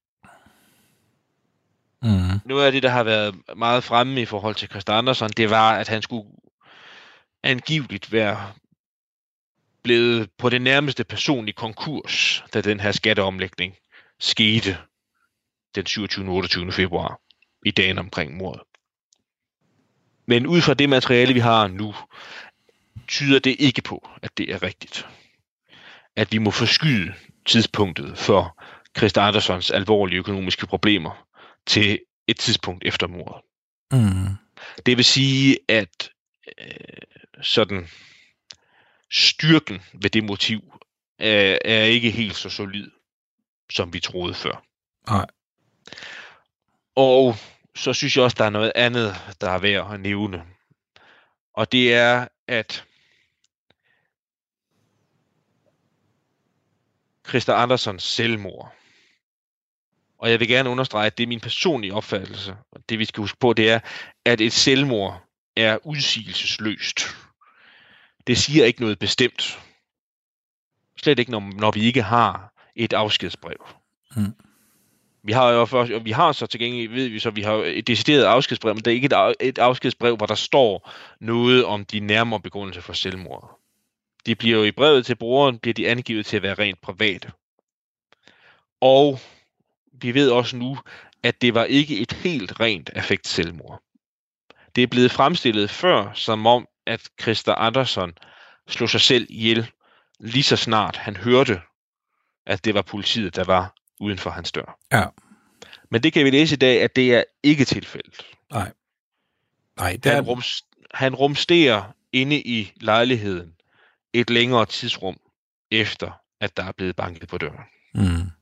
Mm. Noget af det, der har været meget fremme i forhold til Christa Andersson, det var, at han skulle angiveligt være blevet på det nærmeste personlig konkurs, da den her skatteomlægning skete den syvogtyvende og otteogtyvende februar, i dagen omkring mordet. Men ud fra det materiale, vi har nu, tyder det ikke på, at det er rigtigt. At vi må forskyde tidspunktet for Christa Anderssons alvorlige økonomiske problemer til et tidspunkt efter mordet. Mm. Det vil sige, at øh, sådan styrken ved det motiv er, er ikke helt så solid, som vi troede før. Nej. Og så synes jeg også, der er noget andet, der er værd at nævne. Og det er, at Christa Anderssons selvmord. Og jeg vil gerne understrege, at det er min personlige opfattelse. Og det vi skal huske på, det er, at et selvmord er udsigelsesløst. Det siger ikke noget bestemt. Slet ikke, når, når vi ikke har et afskedsbrev. Mm. Vi har jo først, og vi har så til gengæld, ved vi så, vi har et decideret afskedsbrev, men det er ikke et, et afskedsbrev, hvor der står noget om de nærmere begrundelser for selvmord. De bliver jo i brevet til brugeren, bliver de angivet til at være rent private. Og vi ved også nu, at det var ikke et helt rent affekt selvmord. Det er blevet fremstillet før, som om, at Christa Andersson slog sig selv ihjel, lige så snart han hørte, at det var politiet, der var uden for hans dør. Ja. Men det kan vi læse i dag, at det er ikke tilfældet. Nej. Nej, det er... han, rums, han rumsterer inde i lejligheden et længere tidsrum, efter at der er blevet banket på døren. Mm.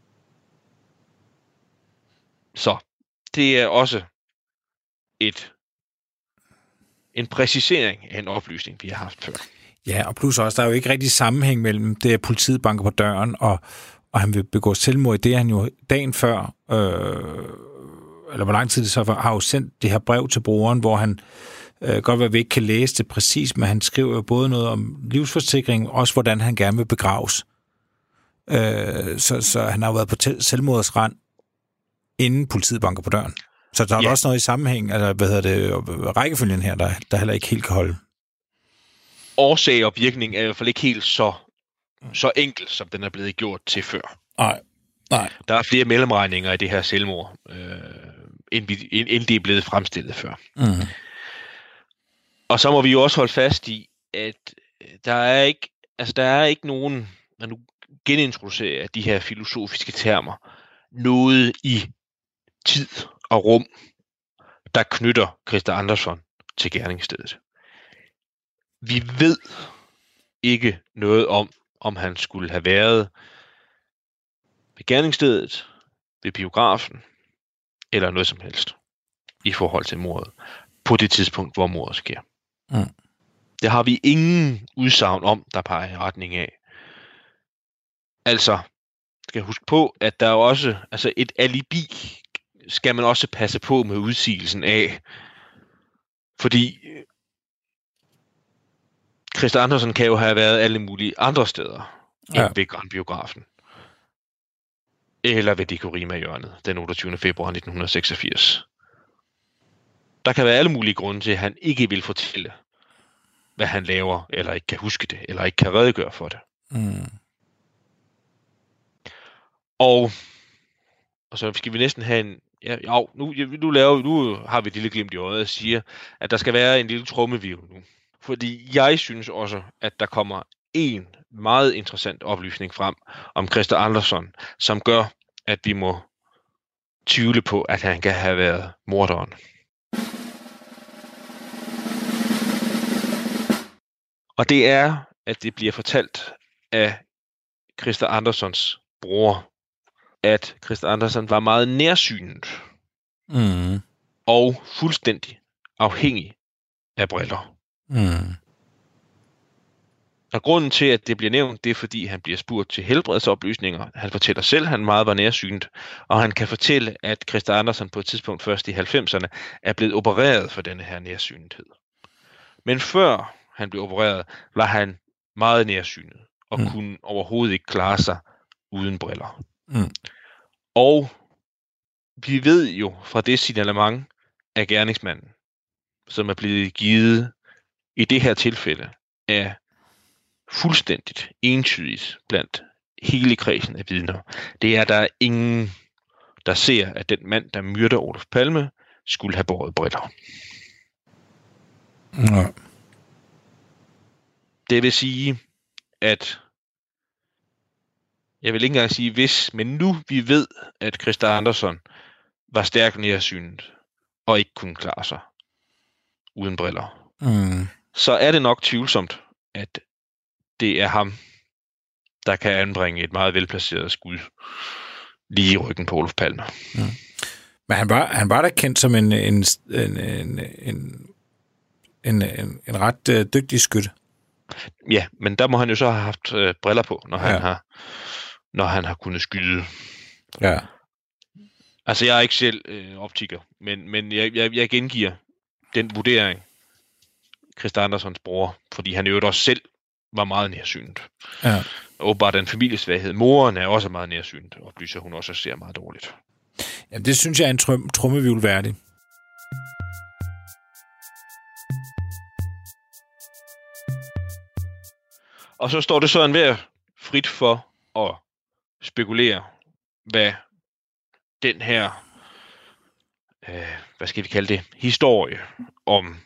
Så det er også et en præcisering af en oplysning, vi har haft før. Ja, og plus også, der er jo ikke rigtig sammenhæng mellem det, at politiet banker på døren, og, og han vil begå selvmord. Det er han jo dagen før, øh, eller hvor lang tid det så har jo sendt det her brev til brugeren, hvor han øh, godt være, vi ikke kan læse det præcis, men han skriver jo både noget om livsforsikring, også hvordan han gerne vil begraves. Øh, så, så han har jo været på selvmordsrand, inden politiet banker på døren. Så der er ja. også noget i sammenhæng, altså hvad hedder det, rækkefølgen her, der, der heller ikke helt kan holde. Årsag og virkning er i hvert fald ikke helt så, så enkel, som den er blevet gjort til før. Nej. Nej. Der er flere mellemregninger i det her selvmord, øh, end, vi, end, end det er blevet fremstillet før. Mm. Og så må vi jo også holde fast i, at der er ikke, altså der er ikke nogen, når nu genintroducerer de her filosofiske termer, noget i tid og rum, der knytter Christa Andersson til gerningsstedet. Vi ved ikke noget om, om han skulle have været ved gerningsstedet, ved biografen, eller noget som helst, i forhold til mordet, på det tidspunkt, hvor mordet sker. Mm. Det har vi ingen udsagn om, der peger i retning af. Altså, skal huske på, at der er også, altså et alibi skal man også passe på med udsigelsen af, fordi Christa Andersson kan jo have været alle mulige andre steder, ja. end ved Grand Biografen. Eller ved Dekorima-hjørnet, den otteogtyvende februar nitten seksogfirs. Der kan være alle mulige grunde til, at han ikke vil fortælle, hvad han laver, eller ikke kan huske det, eller ikke kan redegøre for det. Mm. Og, og så skal vi næsten have en... Ja, ja nu, nu, laver, nu har vi et lille glimt i øjet og siger, at der skal være en lille trommevirvel nu. Fordi jeg synes også, at der kommer en meget interessant oplysning frem om Christa Andersson, som gør, at vi må tvivle på, at han kan have været morderen. Og det er, at det bliver fortalt af Christer Andersens bror, at Christer Andersen var meget nærsynet Mm. og fuldstændig afhængig af briller. Mm. Og grunden til, at det bliver nævnt, det er, fordi han bliver spurgt til helbredsoplysninger. Han fortæller selv, at han meget var nærsynet, og han kan fortælle, at Christer Andersen på et tidspunkt først i halvfemserne er blevet opereret for denne her nærsynethed. Men før han blev opereret, var han meget nærsynet og mm. kunne overhovedet ikke klare sig uden briller. Mm. Og vi ved jo fra det signalement af gerningsmanden, som er blevet givet i det her tilfælde, er fuldstændigt entydigt blandt hele kredsen af vidner. Det er, der er ingen, der ser, at den mand, der myrder Olof Palme, skulle have båret briller. Ja. Det vil sige, at jeg vil ikke engang sige hvis, men nu vi ved, at Christer Andersen var stærkt nærsynet og ikke kunne klare sig uden briller, Mm. så er det nok tvivlsomt, at det er ham, der kan anbringe et meget velplaceret skud lige i ryggen på Olof Palme. Mm. Men han var, han var da kendt som en, en, en, en, en, en, en, en ret øh, dygtig skytte. Ja, men der må han jo så have haft øh, briller på, når han, Ja. har, når han har kunnet skyde. Ja. Altså, jeg er ikke selv øh, optiker, men, men jeg, jeg, jeg gengiver den vurdering, Christer Andersens bror, fordi han jo også selv var meget nærsynet. Ja. Og bare den familiesvaghed. Moren er også meget nærsynet, oplyser hun også ser meget dårligt. Ja, det synes jeg er en trum, trummevivl værdig. Og så står det så enhver frit for at spekulere, hvad den her, øh, hvad skal vi kalde det, historie om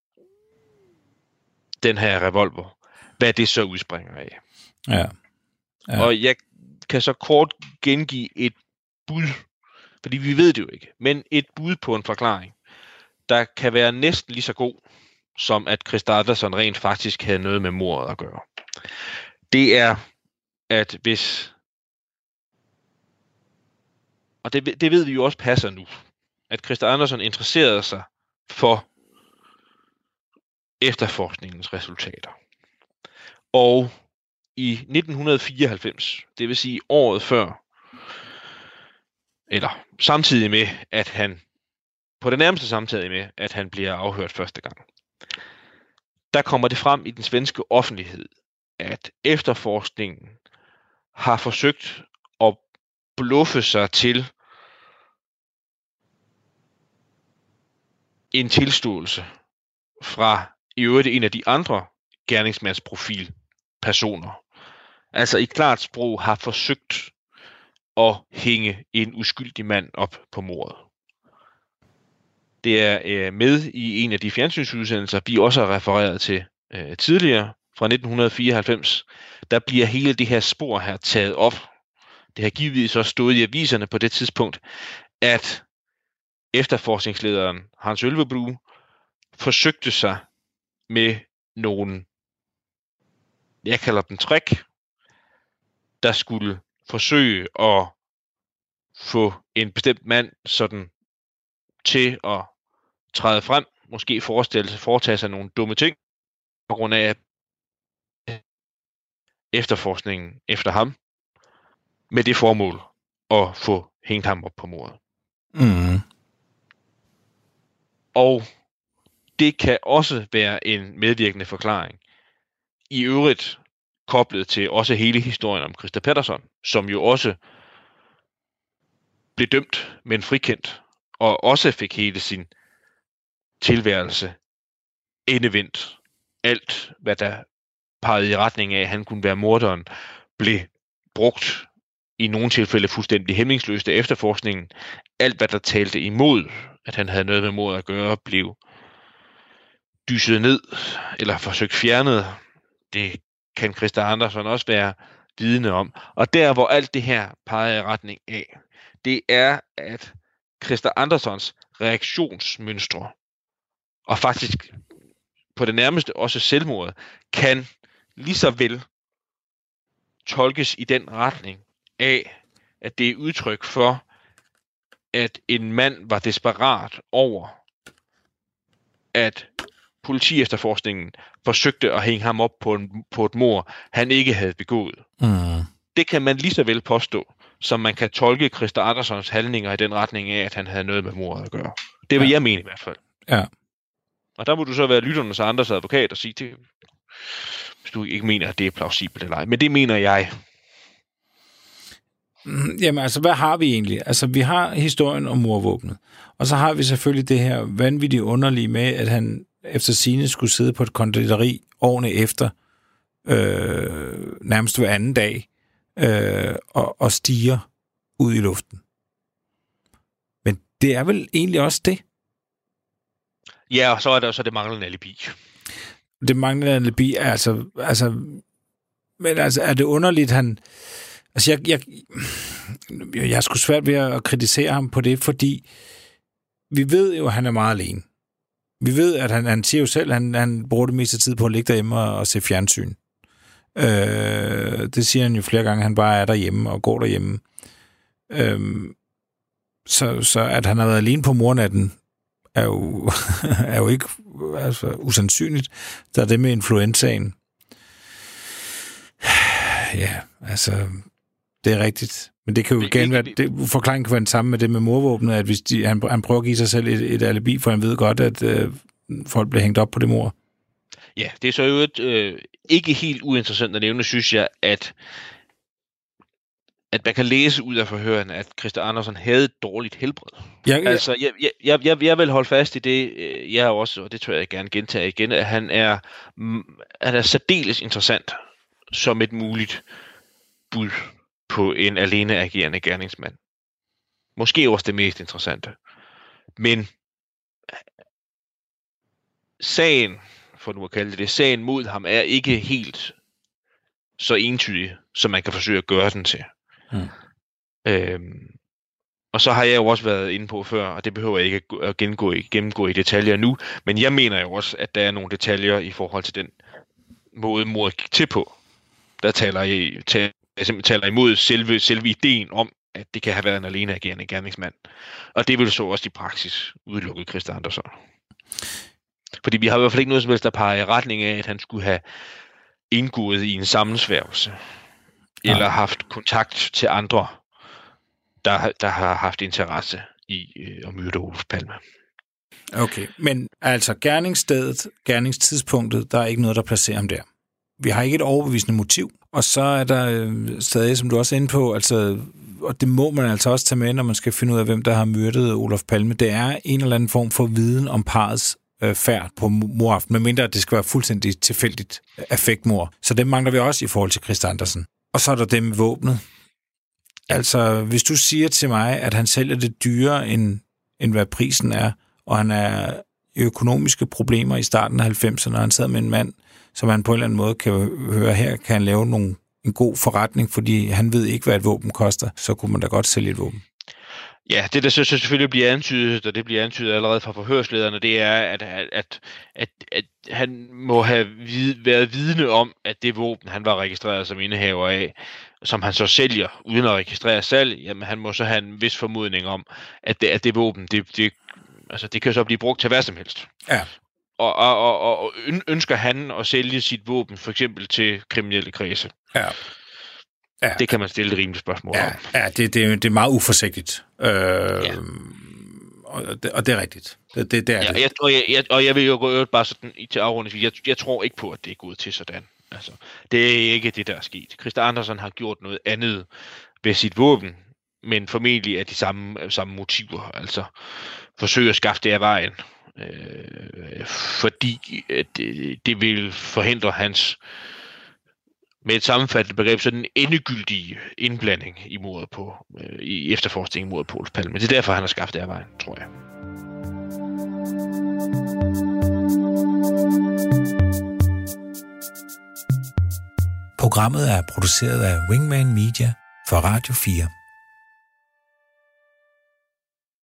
den her revolver, hvad det så udspringer af. Ja. Ja. Og jeg kan så kort gengive et bud, fordi vi ved det jo ikke, men et bud på en forklaring, der kan være næsten lige så god, som at Christer Andersen rent faktisk havde noget med mordet at gøre. Det er, at hvis, og det, det ved vi jo også passer nu, at Christer Andersen interesserede sig for efterforskningens resultater. Og i nitten fireoghalvfems, det vil sige året før, eller samtidig med, at han, på det nærmeste samtidig med, at han bliver afhørt første gang, der kommer det frem i den svenske offentlighed, at efterforskningen har forsøgt at bluffe sig til en tilståelse fra i øvrigt en af de andre gerningsmandsprofilpersoner. Altså i klart sprog har forsøgt at hænge en uskyldig mand op på mordet. Det er øh, med i en af de fjernsynsudsendelser, vi også har refereret til øh, tidligere, fra nitten fireoghalvfems. Der bliver hele det her spor her taget op. Det har givetvis også stået i aviserne på det tidspunkt, at efterforskningslederen Hans Ølvebro forsøgte sig med nogle, jeg kalder dem trick, der skulle forsøge at få en bestemt mand sådan til at træde frem, måske forestille sig, foretage sig nogle dumme ting, på grund af efterforskningen efter ham, med det formål at få hængt ham op på mordet. Mm. Og det kan også være en medvirkende forklaring. I øvrigt koblet til også hele historien om Christer Pettersson, som jo også blev dømt, men frikendt, og også fik hele sin tilværelse endevendt. Alt, hvad der pegede i retning af, at han kunne være morderen, blev brugt i nogle tilfælde fuldstændig hæmningsløst af efterforskningen. Alt, hvad der talte imod, at han havde noget med mordet at gøre, blev dyset ned eller forsøgt fjernet. Det kan Christer Andersen også være vidne om. Og der, hvor alt det her peger i retning af, det er, at Christer Andersens reaktionsmønstre, og faktisk på det nærmeste også selvmordet, kan lige så vel tolkes i den retning af, at det er udtryk for, at en mand var desperat over, at politiefterforskningen forsøgte at hænge ham op på, en, på et mord, han ikke havde begået. Mm. Det kan man lige så vel påstå, som man kan tolke Christer Andersens handlinger i den retning af, at han havde noget med mordet at gøre. Det vil ja. jeg mene i hvert fald. Ja. Og der må du så være lytternes og andres advokat og sige til, hvis du ikke mener, at det er plausibelt eller ej. Men det mener jeg. Jamen altså, hvad har vi egentlig? Altså, vi har historien om mordvåbnet. Og så har vi selvfølgelig det her vanvittigt underlige med, at han efter sigende skulle sidde på et konditori årene efter, øh, nærmest hver anden dag, øh, og, og stiger ud i luften. Men det er vel egentlig også det? Ja, og så er der så det manglende alibi. Det manglende alibi er altså... altså men altså, er det underligt, han... Altså, jeg, jeg, jeg er sgu svært ved at kritisere ham på det, fordi vi ved jo, at han er meget alene. Vi ved, at han, han siger jo selv, at han, han bruger det meste tid på at ligge derhjemme og, og se fjernsyn. Øh, det siger han jo flere gange, han bare er derhjemme og går derhjemme. Øh, så, så at han har været alene på mornatten, er jo, er jo ikke altså, usandsynligt. Der er det med influenzaen. Ja, altså... Det er rigtigt. Men det kan jo igen være... Det, forklaringen kan være den samme med det med mordvåbnet, at hvis de, han, han prøver at give sig selv et, et alibi, for han ved godt, at øh, folk bliver hængt op på det mord. Ja, det er så jo et, øh, ikke helt uinteressant at nævne, synes jeg, at, at man kan læse ud af forhøren, at Christer Andersen havde et dårligt helbred. Ja, ja. Altså, jeg, jeg, jeg, jeg vil holde fast i det, jeg også, og det tror jeg, jeg gerne gentage igen, at han er, han er særdeles interessant som et muligt bud på en alene agerende gerningsmand. Måske også det mest interessante. Men sagen, for nu at kalde det det, sagen mod ham er ikke helt så entydig, som man kan forsøge at gøre den til. Hmm. Øhm, og så har jeg jo også været inde på før, og det behøver jeg ikke at gennemgå i, gennemgå i detaljer nu, men jeg mener jo også, at der er nogle detaljer i forhold til den måde, mordet gik til på. Der taler jeg, taler, jeg simpelthen taler imod selve, selve ideen om, at det kan have været en alene agerende gerningsmand. Og det vil så også i praksis udelukke Christer Andersen. Fordi vi har i hvert fald ikke noget som helst, der peger i retning af, at han skulle have indgået i en sammensværgelse. Ja. Eller haft kontakt til andre, der, der har haft interesse i øh, at myrde Olof Palme. Okay, men altså gerningsstedet, gerningstidspunktet, der er ikke noget, der placerer ham der. Vi har ikke et overbevisende motiv. Og så er der øh, stadig, som du også er inde på, altså, og det må man altså også tage med, når man skal finde ud af, hvem der har myrdet Olof Palme. Det er en eller anden form for viden om parrets øh, færd på moraften, medmindre det skal være fuldstændig tilfældigt affektmord. Så det mangler vi også i forhold til Christer Andersen. Og så er der det med våbnet. Altså, hvis du siger til mig, at han sælger det dyrere, end, end hvad prisen er, og han er i økonomiske problemer i starten af halvfemserne, og han sad med en mand, som han på en eller anden måde kan høre her, kan han lave nogle, en god forretning, fordi han ved ikke, hvad et våben koster, så kunne man da godt sælge et våben. Ja, det der så selvfølgelig bliver antydet, og det bliver antydet allerede fra forhørslederne, det er, at, at, at, at, at han må have vid, været vidne om, at det våben, han var registreret som indehaver af, som han så sælger, uden at registrere salg, jamen han må så have en vis formodning om, at det, at det våben, det, det, altså, det kan så blive brugt til hvad som helst. Ja. Og, og, og, og ønsker han at sælge sit våben, for eksempel til kriminelle kredse? Ja. Ja. Det kan man stille et rimeligt spørgsmål ja, om. Ja, det, det, det er meget uforsigtigt. Øh, ja. og, det, og det er rigtigt. Det, det, det er ja, det. Jeg, og, jeg, jeg, og jeg vil jo gå bare sådan til afrunding. Jeg, jeg tror ikke på, at det er gået til sådan. Altså, det er ikke det, der er sket. Christer Andersen har gjort noget andet ved sit våben, men formentlig er de samme, samme motiver. Altså, forsøge at skaffe det af vejen. Øh, fordi det, det vil forhindre hans, med et sammenfattende begreb, sådan en endegyldig indblanding i mordet på, øh, i efterforskningen mod på Olof Palme. Det er derfor, han har skaffet det af vejen, tror jeg. Programmet er produceret af Wingman Media for Radio fire.